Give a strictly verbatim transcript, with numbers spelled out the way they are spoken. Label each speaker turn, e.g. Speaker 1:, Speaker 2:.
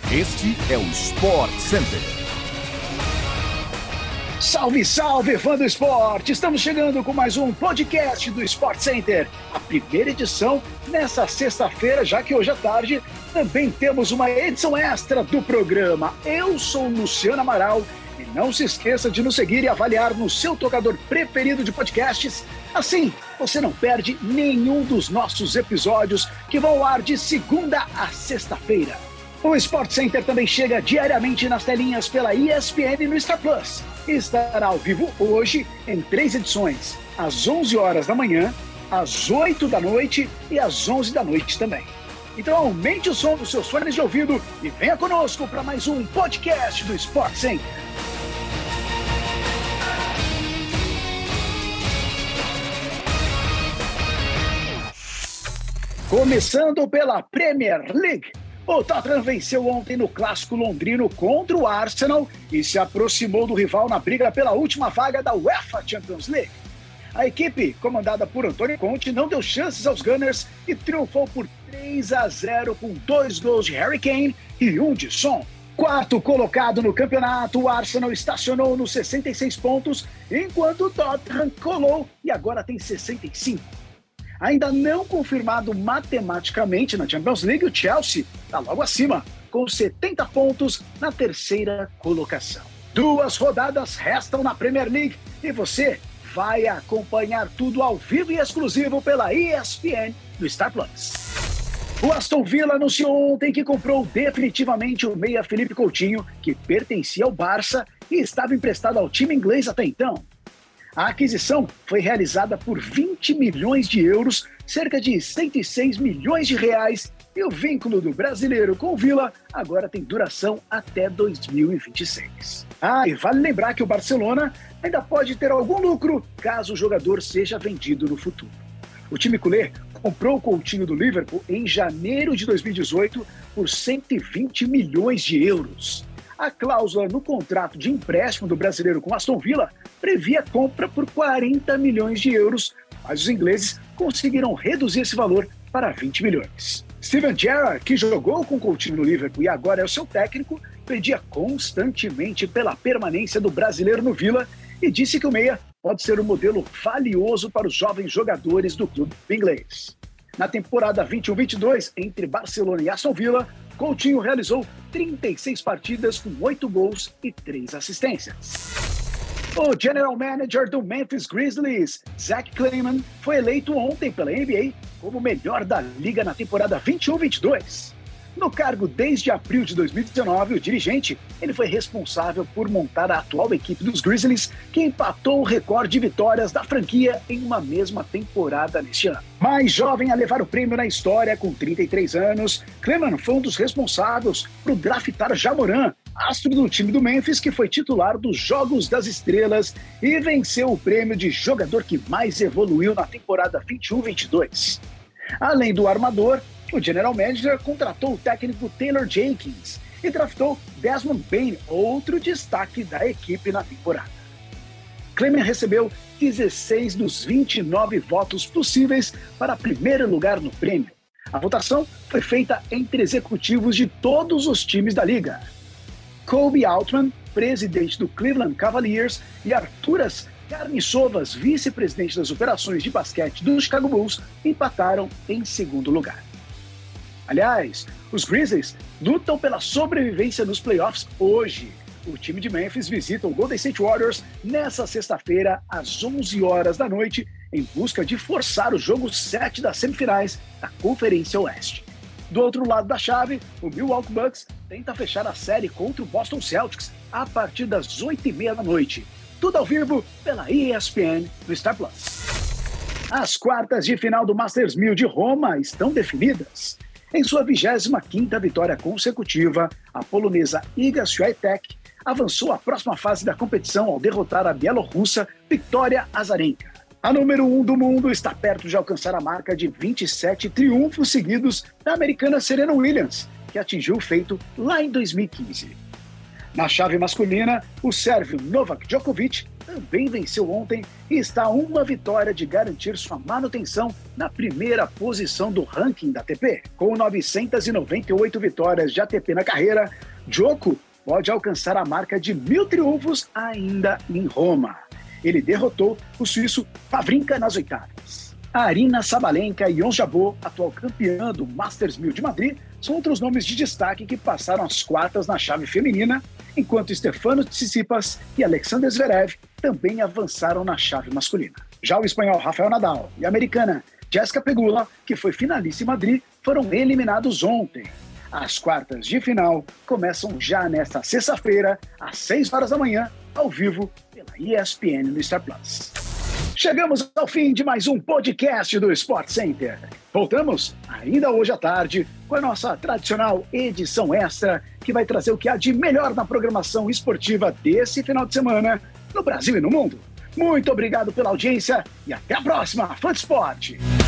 Speaker 1: Este é o Sport Center.
Speaker 2: Salve, salve, fã do esporte! Estamos chegando com mais um podcast do Sport Center, a primeira edição nessa sexta-feira, já que hoje à tarde também temos uma edição extra do programa. Eu sou o Luciano Amaral e não se esqueça de nos seguir e avaliar no seu tocador preferido de podcasts. Assim, você não perde nenhum dos nossos episódios que vão ao ar de segunda a sexta-feira. O Sport Center também chega diariamente nas telinhas pela E S P N no Star Plus. E estará ao vivo hoje em três edições, às onze horas da manhã, às oito da noite e às onze da noite também. Então aumente o som dos seus fones de ouvido e venha conosco para mais um podcast do Sport Center. Começando pela Premier League. O Tottenham venceu ontem no clássico londrino contra o Arsenal e se aproximou do rival na briga pela última vaga da UEFA Champions League. A equipe, comandada por Antônio Conte, não deu chances aos Gunners e triunfou por três a zero com dois gols de Harry Kane e um de Son. Quarto colocado no campeonato, o Arsenal estacionou nos sessenta e seis pontos, enquanto o Tottenham colou e agora tem sessenta e cinco. Ainda não confirmado matematicamente na Champions League, o Chelsea está logo acima, com setenta pontos na terceira colocação. Duas rodadas restam na Premier League e você vai acompanhar tudo ao vivo e exclusivo pela E S P N no Star Plus. O Aston Villa anunciou ontem que comprou definitivamente o meia Philippe Coutinho, que pertencia ao Barça e estava emprestado ao time inglês até então. A aquisição foi realizada por vinte milhões de euros, cerca de cento e seis milhões de reais, e o vínculo do brasileiro com o Villa agora tem duração até dois mil e vinte e seis. Ah, e vale lembrar que o Barcelona ainda pode ter algum lucro caso o jogador seja vendido no futuro. O time culé comprou o Coutinho do Liverpool em janeiro de dois mil e dezoito por cento e vinte milhões de euros. A cláusula no contrato de empréstimo do brasileiro com Aston Villa previa compra por quarenta milhões de euros, mas os ingleses conseguiram reduzir esse valor para vinte milhões. Steven Gerrard, que jogou com Coutinho no Liverpool e agora é o seu técnico, pedia constantemente pela permanência do brasileiro no Villa e disse que o meia pode ser um modelo valioso para os jovens jogadores do clube inglês. Na temporada vinte e um vinte e dois, entre Barcelona e Aston Villa, Coutinho realizou trinta e seis partidas com oito gols e três assistências. O General Manager do Memphis Grizzlies, Zach Kleiman, foi eleito ontem pela N B A como o melhor da liga na temporada vinte e um vinte e dois. No cargo desde abril de dois mil e dezenove, o dirigente ele foi responsável por montar a atual equipe dos Grizzlies, que empatou o recorde de vitórias da franquia em uma mesma temporada neste ano. Mais jovem a levar o prêmio na história, com trinta e três anos, Kleiman foi um dos responsáveis por draftar Ja Morant, astro do time do Memphis, que foi titular dos Jogos das Estrelas e venceu o prêmio de jogador que mais evoluiu na temporada vinte e um vinte e dois. Além do armador, o General Manager contratou o técnico Taylor Jenkins e draftou Desmond Bane, outro destaque da equipe na temporada. Kleiman recebeu dezesseis dos vinte e nove votos possíveis para primeiro lugar no prêmio. A votação foi feita entre executivos de todos os times da liga. Kobe Altman, presidente do Cleveland Cavaliers, e Arturas Karnisovas, vice-presidente das operações de basquete do Chicago Bulls, empataram em segundo lugar. Aliás, os Grizzlies lutam pela sobrevivência nos playoffs hoje. O time de Memphis visita o Golden State Warriors nesta sexta-feira, às onze horas da noite, em busca de forçar o jogo sete das semifinais da Conferência Oeste. Do outro lado da chave, o Milwaukee Bucks tenta fechar a série contra o Boston Celtics a partir das oito e meia da noite. Tudo ao vivo pela E S P N no Star Plus. As quartas de final do Masters mil de Roma estão definidas. Em sua vigésima quinta vitória consecutiva, a polonesa Iga Swiatek avançou à próxima fase da competição ao derrotar a bielorrussa Victoria Azarenka. A número um do mundo está perto de alcançar a marca de vinte e sete triunfos seguidos da americana Serena Williams, que atingiu o feito lá em dois mil e quinze. Na chave masculina, o sérvio Novak Djokovic também venceu ontem e está a uma vitória de garantir sua manutenção na primeira posição do ranking da A T P. Com novecentas e noventa e oito vitórias de A T P na carreira, Djoko pode alcançar a marca de mil triunfos ainda em Roma. Ele derrotou o suíço Wawrinka nas oitavas. A Aryna Sabalenka e Ons Jabeur, atual campeã do Masters mil de Madrid, são outros nomes de destaque que passaram as quartas na chave feminina, enquanto Stefanos Tsitsipas e Alexander Zverev também avançaram na chave masculina. Já o espanhol Rafael Nadal e a americana Jessica Pegula, que foi finalista em Madrid, foram eliminados ontem. As quartas de final começam já nesta sexta-feira, às seis horas da manhã, ao vivo, pela E S P N no Star Plus. Chegamos ao fim de mais um podcast do Sport Center. Voltamos ainda hoje à tarde com a nossa tradicional edição extra, que vai trazer o que há de melhor na programação esportiva desse final de semana no Brasil e no mundo. Muito obrigado pela audiência e até a próxima, Fã de Esporte!